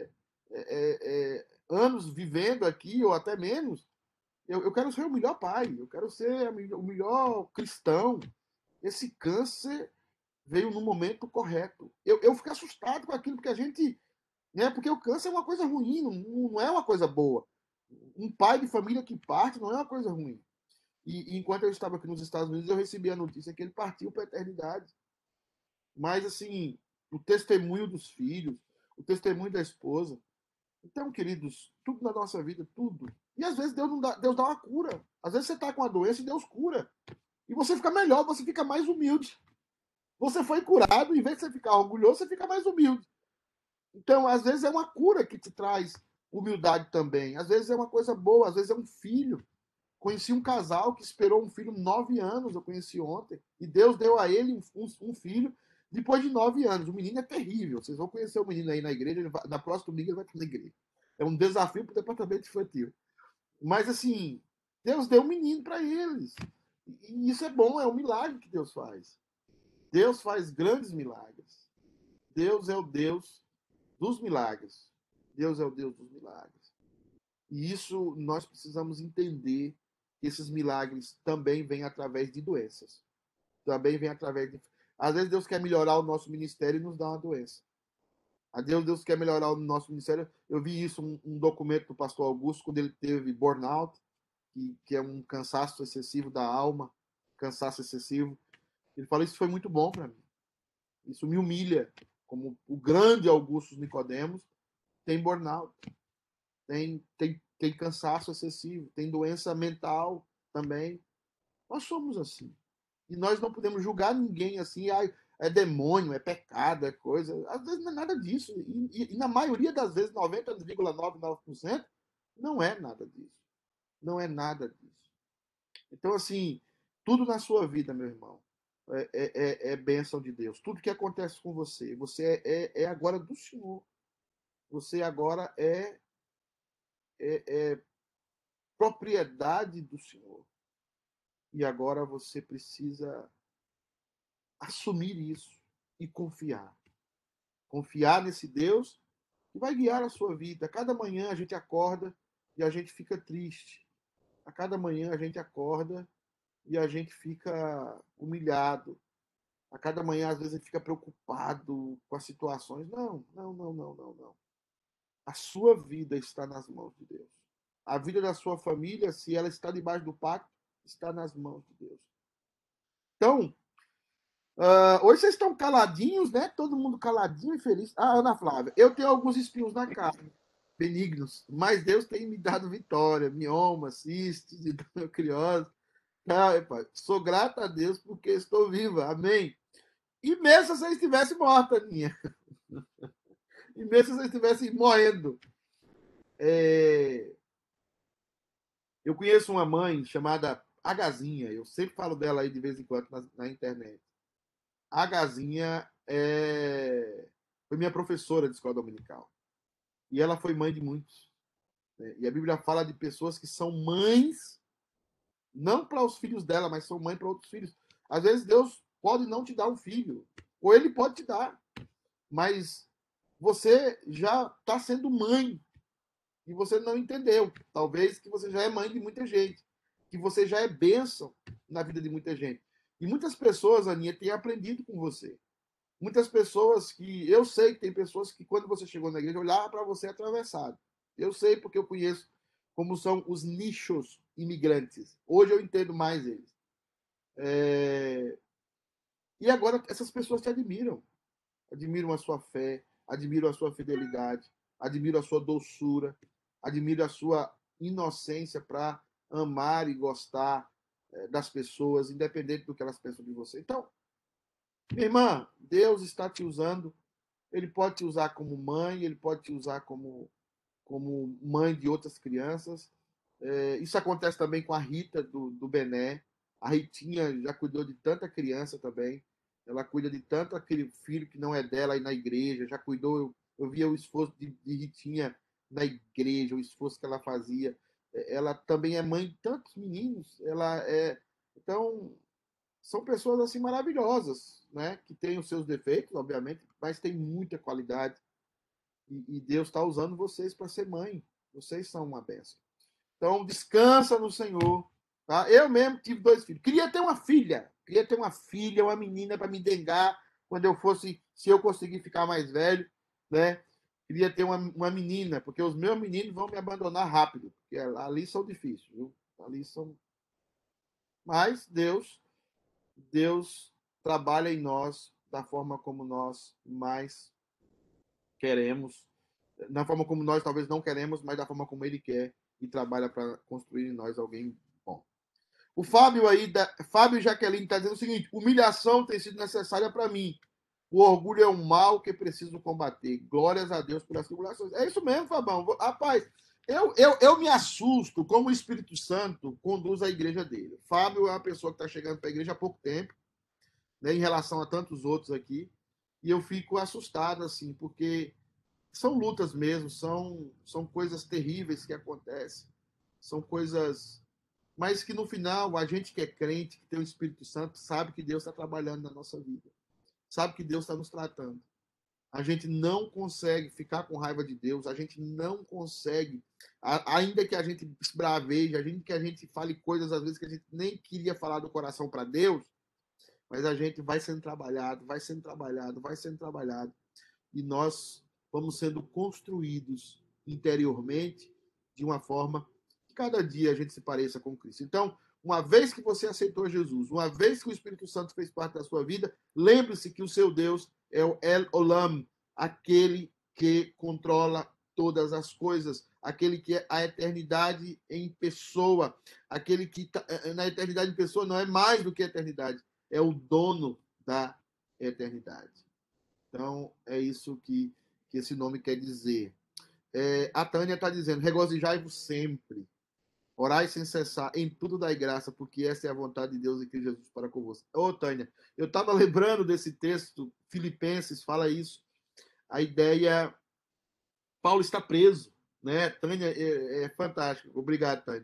anos vivendo aqui, ou até menos, eu quero ser o melhor pai, eu quero ser o melhor cristão. Esse câncer veio no momento correto. Eu fiquei assustado com aquilo, porque a gente. Né, porque o câncer é uma coisa ruim, não é uma coisa boa. Um pai de família que parte não é uma coisa ruim. E enquanto eu estava aqui nos Estados Unidos, eu recebi a notícia que ele partiu para a eternidade. Mas, assim, o testemunho dos filhos, o testemunho da esposa. Então, queridos, tudo na nossa vida, tudo. E às vezes Deus dá uma cura. Às vezes você está com a doença e Deus cura. E você fica melhor, você fica mais humilde. Você foi curado, em vez de você ficar orgulhoso, você fica mais humilde. Então, às vezes é uma cura que te traz humildade também. Às vezes é uma coisa boa, às vezes é um filho. Conheci um casal que esperou um filho 9 anos, eu conheci ontem, e Deus deu a ele um filho depois de 9 anos. O menino é terrível. Vocês vão conhecer o menino aí na igreja, na próxima domingo ele vai estar na igreja. É um desafio para o departamento infantil. Mas, assim, Deus deu um menino para eles. E isso é bom, é um milagre que Deus faz. Deus faz grandes milagres. Deus é o Deus dos milagres. Deus é o Deus dos milagres. E isso nós precisamos entender que esses milagres também vêm através de doenças. Também vêm através de. Às vezes Deus quer melhorar o nosso ministério e nos dá uma doença. Deus quer melhorar o nosso ministério. Eu vi isso, um documento do pastor Augusto, quando ele teve burnout, que é um cansaço excessivo da alma, cansaço excessivo. Ele falou, isso foi muito bom para mim. Isso me humilha, como o grande Augusto Nicodemos tem burnout, tem cansaço excessivo, tem doença mental também. Nós somos assim. E nós não podemos julgar ninguém assim, é demônio, é pecado, é coisa. Às vezes não é nada disso. E na maioria das vezes, 90,99%, não é nada disso. Não é nada disso. Então, assim, tudo na sua vida, meu irmão, é bênção de Deus. Tudo que acontece com você, você é agora do Senhor. Você agora é propriedade do Senhor. E agora você precisa assumir isso e confiar. Confiar nesse Deus que vai guiar a sua vida. A cada manhã a gente acorda e a gente fica triste. A cada manhã a gente acorda e a gente fica humilhado. A cada manhã, às vezes, ele fica preocupado com as situações. Não, não, não, não, não, não. A sua vida está nas mãos de Deus. A vida da sua família, se ela está debaixo do pacto, está nas mãos de Deus. Então, hoje vocês estão caladinhos, né? Todo mundo caladinho e feliz. Ah, Ana Flávia, eu tenho alguns espinhos na carne, benignos, mas Deus tem me dado vitória, mioma, cistes, endometriose. Sou grata a Deus porque estou viva. Amém. E mesmo se você estivesse morta, Aninha. E mesmo se você estivesse morrendo. Eu conheço uma mãe chamada Agazinha. Eu sempre falo dela aí de vez em quando na internet. A Gazinha foi minha professora de escola dominical. E ela foi mãe de muitos. Né? E a Bíblia fala de pessoas que são mães, não para os filhos dela, mas são mães para outros filhos. Às vezes Deus pode não te dar um filho, ou Ele pode te dar, mas você já está sendo mãe e você não entendeu. Talvez que você já é mãe de muita gente, que você já é bênção na vida de muita gente. E muitas pessoas, Aninha, têm aprendido com você. Muitas pessoas que... Eu sei que tem pessoas que, quando você chegou na igreja, olhavam para você atravessado. Eu sei porque eu conheço como são os nichos imigrantes. Hoje eu entendo mais eles. E agora essas pessoas te admiram. Admiram a sua fé, admiram a sua fidelidade, admiram a sua doçura, admiram a sua inocência para amar e gostar das pessoas, independente do que elas pensam de você. Então, minha irmã, Deus está te usando. Ele pode te usar como mãe, ele pode te usar como mãe de outras crianças. Isso acontece também com a Rita do Bené. A Ritinha já cuidou de tanta criança também. Ela cuida de tanto aquele filho que não é dela aí na igreja. Já cuidou, eu via o esforço de Ritinha na igreja, o esforço que ela fazia. Ela também é mãe de tantos meninos. Então, são pessoas assim maravilhosas, né? Que têm os seus defeitos, obviamente, mas tem muita qualidade. E Deus está usando vocês para ser mãe. Vocês são uma bênção. Então, descansa no Senhor. Tá? Eu mesmo tive 2 filhos. Queria ter uma filha, uma menina para me dengar quando eu fosse, se eu conseguir ficar mais velho, né? Queria ter uma menina, porque os meus meninos vão me abandonar rápido, porque ali são difíceis, viu? Ali são. Mas Deus trabalha em nós da forma como nós mais queremos, da forma como nós talvez não queremos, mas da forma como Ele quer e trabalha para construir em nós alguém bom. O Fábio Fábio Jaqueline está dizendo o seguinte: humilhação tem sido necessária para mim. O orgulho é um mal que preciso combater. Glórias a Deus pelas tribulações. É isso mesmo, Fabão. Rapaz, eu me assusto como o Espírito Santo conduz a igreja dele. Fábio é uma pessoa que está chegando para a igreja há pouco tempo, né, em relação a tantos outros aqui, e eu fico assustado, assim, porque são lutas mesmo, são coisas terríveis que acontecem, são coisas... Mas que no final, a gente que é crente, que tem o Espírito Santo, sabe que Deus está trabalhando na nossa vida, sabe que Deus está nos tratando. A gente não consegue ficar com raiva de Deus, a gente não consegue, ainda que a gente esbraveje, ainda que a gente fale coisas às vezes que a gente nem queria falar do coração para Deus, mas a gente vai sendo trabalhado, vai sendo trabalhado, vai sendo trabalhado, e nós vamos sendo construídos interiormente de uma forma que cada dia a gente se pareça com Cristo. Então, uma vez que você aceitou Jesus, uma vez que o Espírito Santo fez parte da sua vida, lembre-se que o seu Deus é o El Olam, aquele que controla todas as coisas, aquele que é a eternidade em pessoa, aquele que na eternidade em pessoa não é mais do que a eternidade, é o dono da eternidade. Então, é isso que esse nome quer dizer. A Tânia está dizendo: regozijai-vos sempre, orai sem cessar, em tudo dai graça, porque essa é a vontade de Deus e que Jesus para convosco. Ô, Tânia, eu estava lembrando desse texto, Filipenses fala isso, a ideia... Paulo está preso, né? Tânia, é fantástico. Obrigado, Tânia.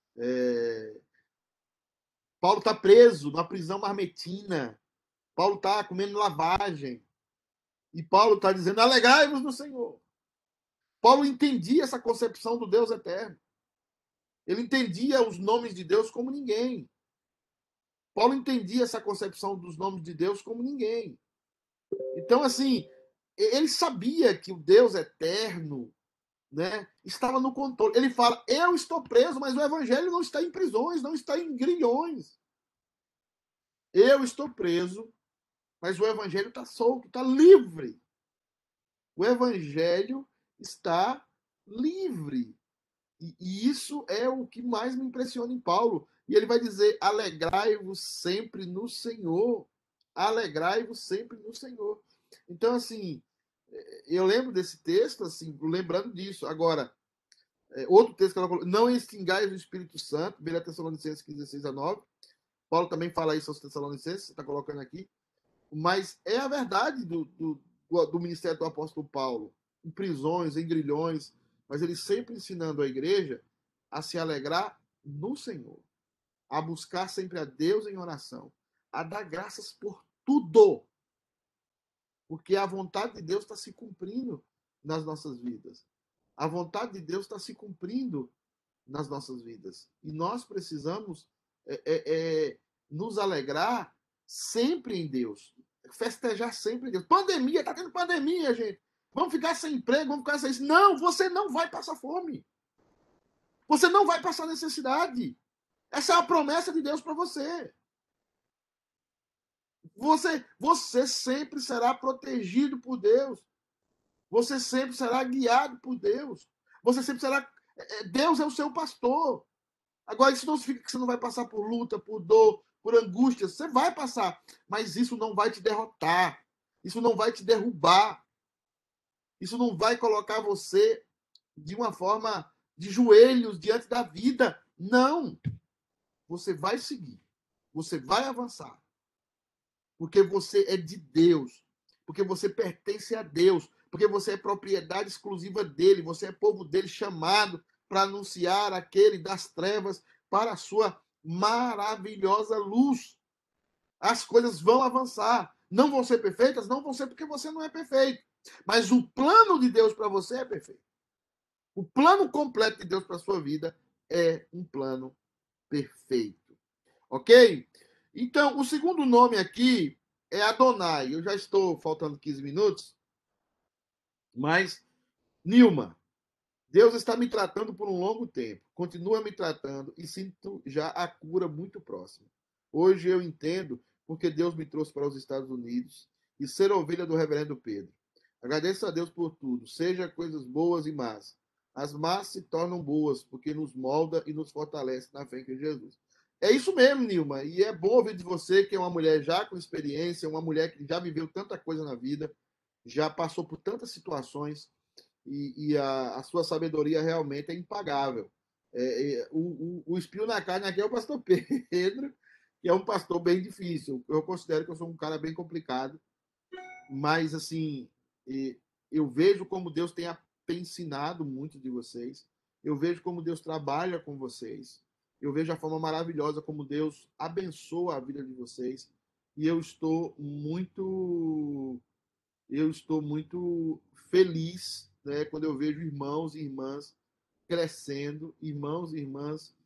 Paulo está preso na prisão marmetina. Paulo está comendo lavagem. E Paulo está dizendo: alegrai-vos no Senhor. Paulo entendia essa concepção do Deus eterno. Ele entendia os nomes de Deus como ninguém. Paulo entendia essa concepção dos nomes de Deus como ninguém. Então, assim, ele sabia que o Deus eterno, né, estava no controle. Ele fala, eu estou preso, mas o evangelho não está em prisões, não está em grilhões. Eu estou preso, mas o evangelho está solto, está livre. O evangelho está livre. E isso é o que mais me impressiona em Paulo. E ele vai dizer, alegrai-vos sempre no Senhor. Alegrai-vos sempre no Senhor. Então, assim, eu lembro desse texto, assim, lembrando disso. Agora, outro texto que ela falou, não extingais o Espírito Santo, 1 Tessalonicenses 15:6-9. Paulo também fala isso aos Tessalonicenses, você está colocando aqui. Mas é a verdade do ministério do apóstolo Paulo, em prisões, em grilhões, mas ele sempre ensinando a igreja a se alegrar no Senhor, a buscar sempre a Deus em oração, a dar graças por tudo, porque a vontade de Deus está se cumprindo nas nossas vidas. A vontade de Deus está se cumprindo nas nossas vidas. E nós precisamos nos alegrar sempre em Deus. Festejar sempre em Deus. Pandemia, está tendo pandemia, gente. Vamos ficar sem emprego, vamos ficar sem isso. Não, você não vai passar fome. Você não vai passar necessidade. Essa é a promessa de Deus para você. Você sempre será protegido por Deus. Você sempre será guiado por Deus. Você sempre será... Deus é o seu pastor. Agora, isso não significa que você não vai passar por luta, por dor, por angústia. Você vai passar. Mas isso não vai te derrotar. Isso não vai te derrubar. Isso não vai colocar você de uma forma de joelhos diante da vida. Não. Você vai seguir. Você vai avançar. Porque você é de Deus. Porque você pertence a Deus. Porque você é propriedade exclusiva dele. Você é povo dele, chamado para anunciar aquele das trevas para a sua maravilhosa luz. As coisas vão avançar. Não vão ser perfeitas? Não vão ser porque você não é perfeito. Mas o plano de Deus para você é perfeito. O plano completo de Deus para a sua vida é um plano perfeito. Ok? Então, o segundo nome aqui é Adonai. Eu já estou faltando 15 minutos, mas Nilma, Deus está me tratando por um longo tempo. Continua me tratando e sinto já a cura muito próxima. Hoje eu entendo porque Deus me trouxe para os Estados Unidos e ser ovelha do reverendo Pedro. Agradeço a Deus por tudo, seja coisas boas e más. As más se tornam boas porque nos molda e nos fortalece na fé em Jesus. É isso mesmo, Nilma. E é bom ouvir de você, que é uma mulher já com experiência, uma mulher que já viveu tanta coisa na vida, já passou por tantas situações, e a sua sabedoria realmente é impagável. O espinho na carne aqui é o pastor Pedro, que é um pastor bem difícil. Eu considero que eu sou um cara bem complicado, mas, assim, eu vejo como Deus tem ensinado muito de vocês, eu vejo como Deus trabalha com vocês, eu vejo a forma maravilhosa como Deus abençoa a vida de vocês, e eu estou muito feliz, né, quando eu vejo irmãos e irmãs crescendo, irmãos e irmãs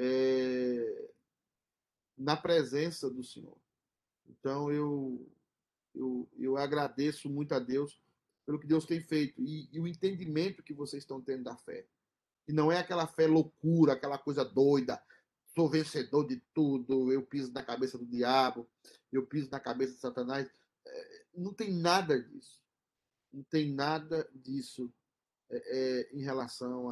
na presença do Senhor. Então, eu agradeço muito a Deus pelo que Deus tem feito e o entendimento que vocês estão tendo da fé. E não é aquela fé loucura, aquela coisa doida, sou vencedor de tudo, eu piso na cabeça do diabo, eu piso na cabeça de Satanás. Não tem nada disso. Não tem nada disso em relação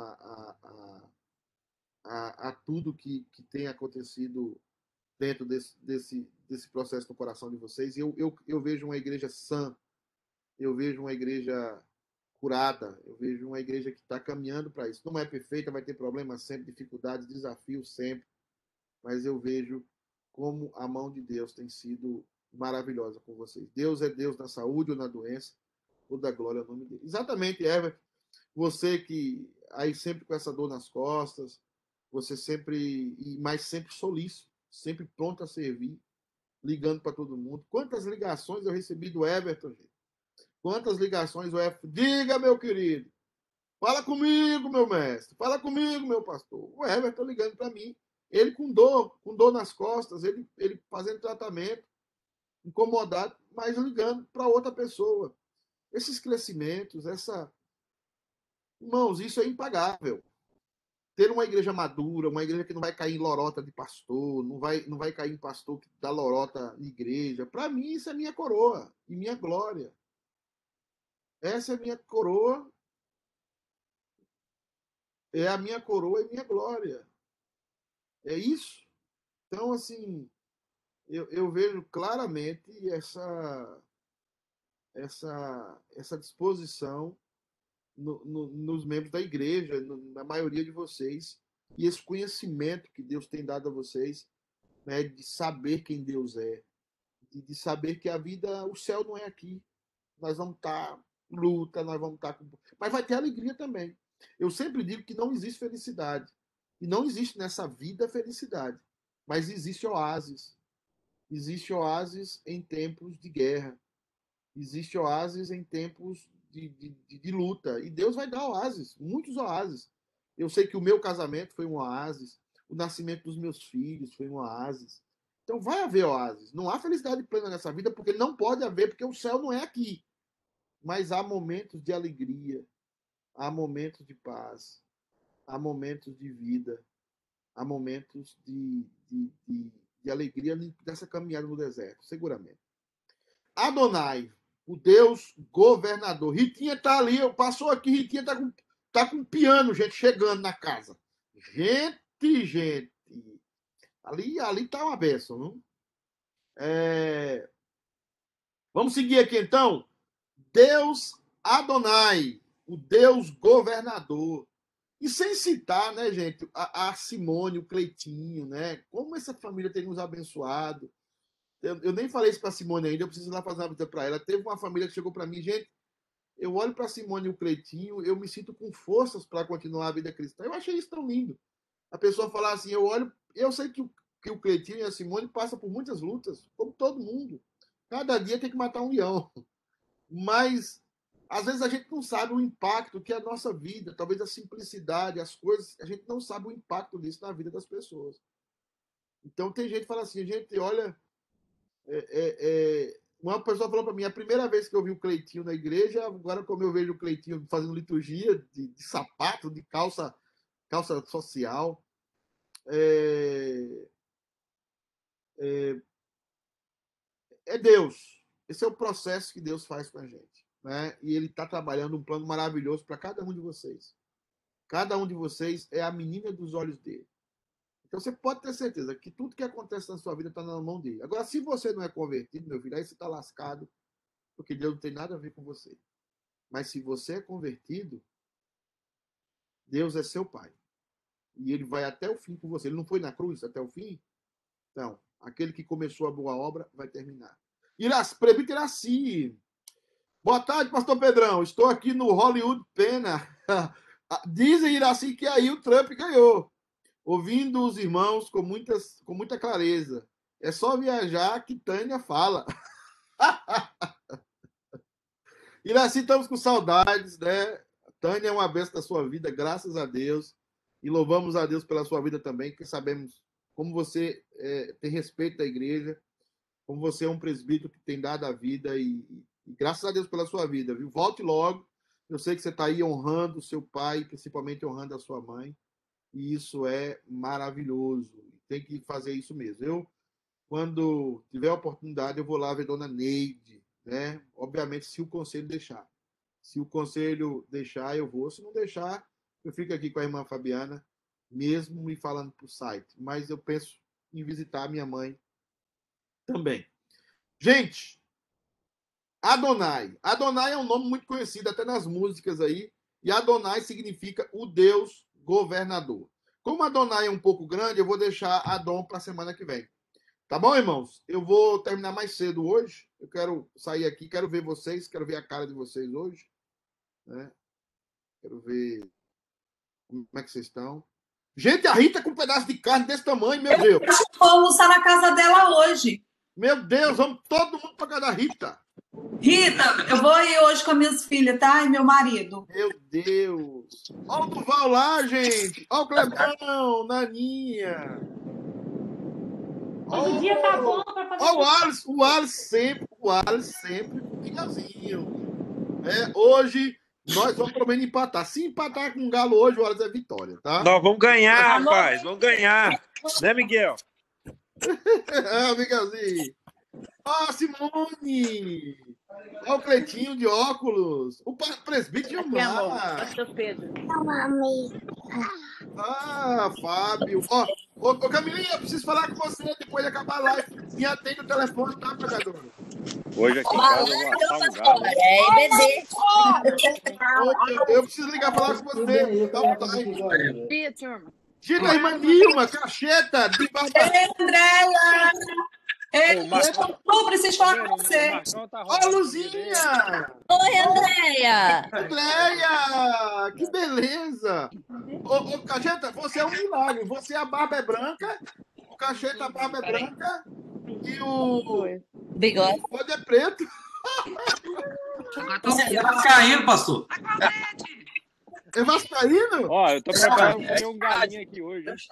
a tudo que tem acontecido dentro desse processo no coração de vocês. Eu vejo uma igreja sã, eu vejo uma igreja curada, eu vejo uma igreja que está caminhando para isso. Não é perfeita, vai ter problemas sempre, dificuldades, desafios sempre, mas eu vejo como a mão de Deus tem sido maravilhosa com vocês. Deus é Deus na saúde ou na doença, toda a glória ao nome dele. Exatamente, Herbert, você que aí sempre com essa dor nas costas, você sempre, mas sempre solícito, sempre pronto a servir, ligando para todo mundo. Quantas ligações eu recebi do Everton, gente? Quantas ligações o Everton... Diga, meu querido. Fala comigo, meu mestre. Fala comigo, meu pastor. O Everton ligando para mim, Ele com dor nas costas, ele fazendo tratamento, incomodado, mas ligando para outra pessoa. Esses crescimentos, irmãos, isso é impagável. Ter uma igreja madura, uma igreja que não vai cair em lorota de pastor, não vai cair em pastor que dá lorota de igreja, para mim isso é minha coroa e minha glória. Essa é minha coroa, é a minha coroa e minha glória. É isso. Então, assim, eu vejo claramente essa disposição nos membros da igreja, na maioria de vocês, e esse conhecimento que Deus tem dado a vocês, né, de saber quem Deus é, de saber que a vida, o céu não é aqui. Nós vamos estar luta, nós vamos estar com... Mas vai ter alegria também. Eu sempre digo que não existe felicidade. E não existe nessa vida felicidade. Mas existe oásis. Existe oásis em tempos de guerra. Existe oásis em tempos de luta. E Deus vai dar oásis, muitos oásis. Eu sei que o meu casamento foi um oásis. O nascimento dos meus filhos foi um oásis. Então vai haver oásis. Não há felicidade plena nessa vida, porque não pode haver, porque o céu não é aqui. Mas há momentos de alegria, há momentos de paz, há momentos de vida, há momentos de alegria nessa caminhada no deserto, seguramente. Adonai, o Deus governador. Ritinha está ali, passou aqui, Ritinha está com piano, gente, chegando na casa. Gente. Ali está uma bênção, não? Vamos seguir aqui, então. Deus Adonai, o Deus governador. E sem citar, né, gente, a Simone, o Cleitinho, né? Como essa família tem nos abençoado. Eu nem falei isso para a Simone ainda, eu preciso ir lá fazer uma visita para ela. Teve uma família que chegou para mim, gente, eu olho para a Simone e o Cleitinho, eu me sinto com forças para continuar a vida cristã. Eu achei isso tão lindo. A pessoa falar assim, eu sei que o Cleitinho e a Simone passam por muitas lutas, como todo mundo. Cada dia tem que matar um leão. Mas, às vezes, a gente não sabe o impacto que é a nossa vida, talvez a simplicidade, as coisas, a gente não sabe o impacto disso na vida das pessoas. Então, tem gente que fala assim, gente, olha... Uma pessoa falou para mim, a primeira vez que eu vi o Cleitinho na igreja, agora como eu vejo o Cleitinho fazendo liturgia de sapato, de calça social, é Deus. Esse é o processo que Deus faz com a gente, né? E Ele está trabalhando um plano maravilhoso para cada um de vocês. Cada um de vocês é a menina dos olhos dele. Então você pode ter certeza que tudo que acontece na sua vida está na mão dele. Agora, se você não é convertido, meu filho, aí você está lascado, porque Deus não tem nada a ver com você. Mas se você é convertido, Deus é seu pai. E ele vai até o fim com você. Ele não foi na cruz até o fim? Então, aquele que começou a boa obra vai terminar. Presbítero Iraci. Boa tarde, pastor Pedrão. Estou aqui no Hollywood Pena. Dizem, Iraci, que aí o Trump ganhou. Ouvindo os irmãos com muita clareza. É só viajar que Tânia fala. Iraci, estamos com saudades, né? Tânia é uma bênção da sua vida, graças a Deus. E louvamos a Deus pela sua vida também, porque sabemos como você tem respeito da igreja, como você é um presbítero que tem dado a vida e graças a Deus pela sua vida, viu? Volte logo. Eu sei que você está aí honrando o seu pai, principalmente honrando a sua mãe. E isso é maravilhoso. Tem que fazer isso mesmo. Eu, quando tiver a oportunidade, eu vou lá ver Dona Neide, né? Obviamente, se o conselho deixar. Se o conselho deixar, eu vou. Se não deixar, eu fico aqui com a irmã Fabiana, mesmo me falando para o site. Mas eu penso em visitar a minha mãe também. Gente, Adonai. Adonai é um nome muito conhecido até nas músicas aí. E Adonai significa o Deus governador. Como Adonai é um pouco grande, eu vou deixar Adon para a semana que vem. Tá bom, irmãos? Eu vou terminar mais cedo hoje. Eu quero sair aqui, quero ver vocês, quero ver a cara de vocês hoje. Né? Quero ver como é que vocês estão. Gente, a Rita com um pedaço de carne desse tamanho, meu Deus. Eu vou almoçar na casa dela hoje. Meu Deus, vamos todo mundo para casa da Rita. Rita, eu vou ir hoje com as minhas filhas, tá? E meu marido. Meu Deus. Olha o Duval lá, gente. Olha o Clebão, Naninha. O dia tá bom para fazer. Ó, o Alisson sempre com Miguelzinho. Hoje nós vamos pelo menos empatar. Se empatar com o Galo hoje, o Alisson é vitória, tá? Nós vamos ganhar, rapaz. Vamos ganhar. Né, Miguel? Miguelzinho. Ó, Simone. Ó, o Cleitinho de óculos. O presbítero Gilmar. Pastor Pedro. Ah, Fábio. Ô, Camilinha, eu preciso falar com você depois de acabar a live. Me atende o telefone, tá, pregadora? Hoje aqui em casa eu vou assar um galo. É IBD. Eu preciso ligar pra falar com você. Dá um time. Dia, turma. Tira a irmã Nilma, cacheta, de barba. Andréia! Eu preciso falar com você. Ó, Luzinha! Oi, Andréia! Andréia! Que beleza! Ô, Cacheta, você é um milagre. Você, a barba é branca, o Cacheta, a barba é branca e o Bigode. bigode é preto. Você tá caindo, pastor. É vascaíno? Ó, eu tô preparando pra comer um galinho aqui hoje. Hein?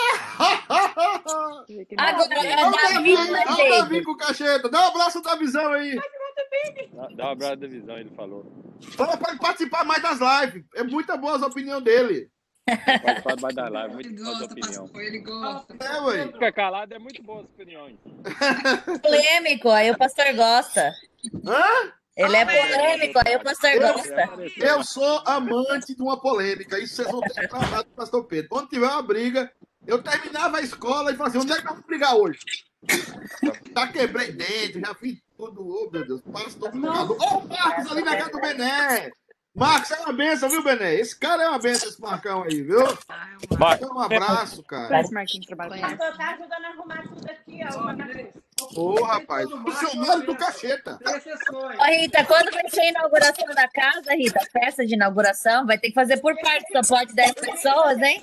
Agora é Olha o Davi, Davi, o Davi com o Cacheta. Dá um abraço da visão aí. Dá um abraço da visão, ele falou. Fala pra ele participar mais das lives. É muito boa a opinião dele. Participar mais da live, muito boa sua opinião. Ele gosta. Ué. Fica calado, é muito boa as opiniões. Polêmico, aí o pastor gosta. Hã? Ele é polêmico, aí o pastor gosta. Eu sou amante de uma polêmica. Isso vocês vão ter falado com o pastor Pedro. Quando tiver uma briga, eu terminava a escola e falava assim, onde é que vamos brigar hoje? Já quebrei dente, já fiz tudo. Oh, meu Deus, pastor. Ô, o Marcos ali na casa do Bené. Marcos é uma benção, viu, Bené? Esse cara é uma benção, esse Marcão aí, viu? Então, um abraço, cara. Marquinhos trabalhando. Pastor, tá ajudando a arrumar tudo aqui, ó. Ô, rapaz, funcionário do Cacheta. Ô, Rita, quando vai ser a inauguração da casa, Rita? Festa de inauguração? Vai ter que fazer por parte, só pode 10 pessoas, hein?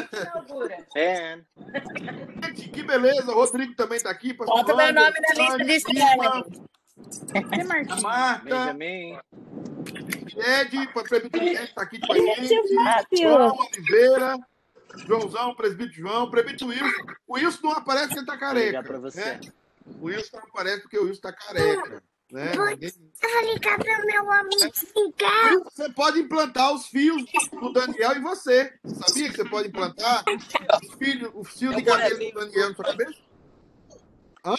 Gente, que beleza. O Rodrigo também tá aqui. Bota meu nome na lista de espera. Marta, Benjamin. Ed, presbítero tá aqui com a gente. Fábio. João Oliveira, Joãozão, presbítero João, presbítero Wilson. O Wilson não aparece porque ele tá careca. Pra você. Né? O Wilson não aparece porque o Wilson tá careca. Né? Vou ligar para o meu amigo ligar. Você pode implantar os fios do Daniel em você. Você sabia que você pode implantar o fio de cabelo do Daniel na sua cabeça? Hã?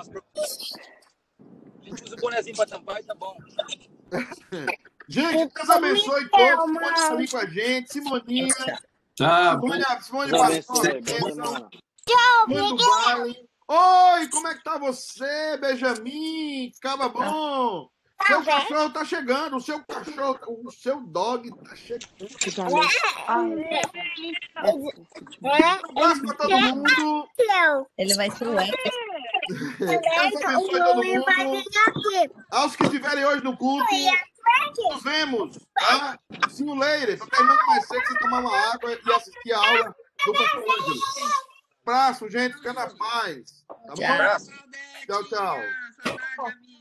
A gente usa o bonezinho para tampar e tá bom. Gente, Deus abençoe todos. Pode sair com a gente. Simoninha. Tá. Simone Deus passou. abençoe, boa semana. Mano Vale. Oi, como é que tá você, Benjamin? Caba bom. Seu cachorro tá chegando. O seu cachorro, o seu dog tá chegando. Um abraço pra todo mundo. Ele vai ser o Edson. Deus abençoe todo mundo. Aos que estiverem hoje no culto, nos vemos. Tá? See you later. Tô terminando mais cedo, você tomar uma água e assistir a aula do pastor Ângelo. Abraço, gente. Fica na paz. Tá bom? Tchau. Tchau, tchau.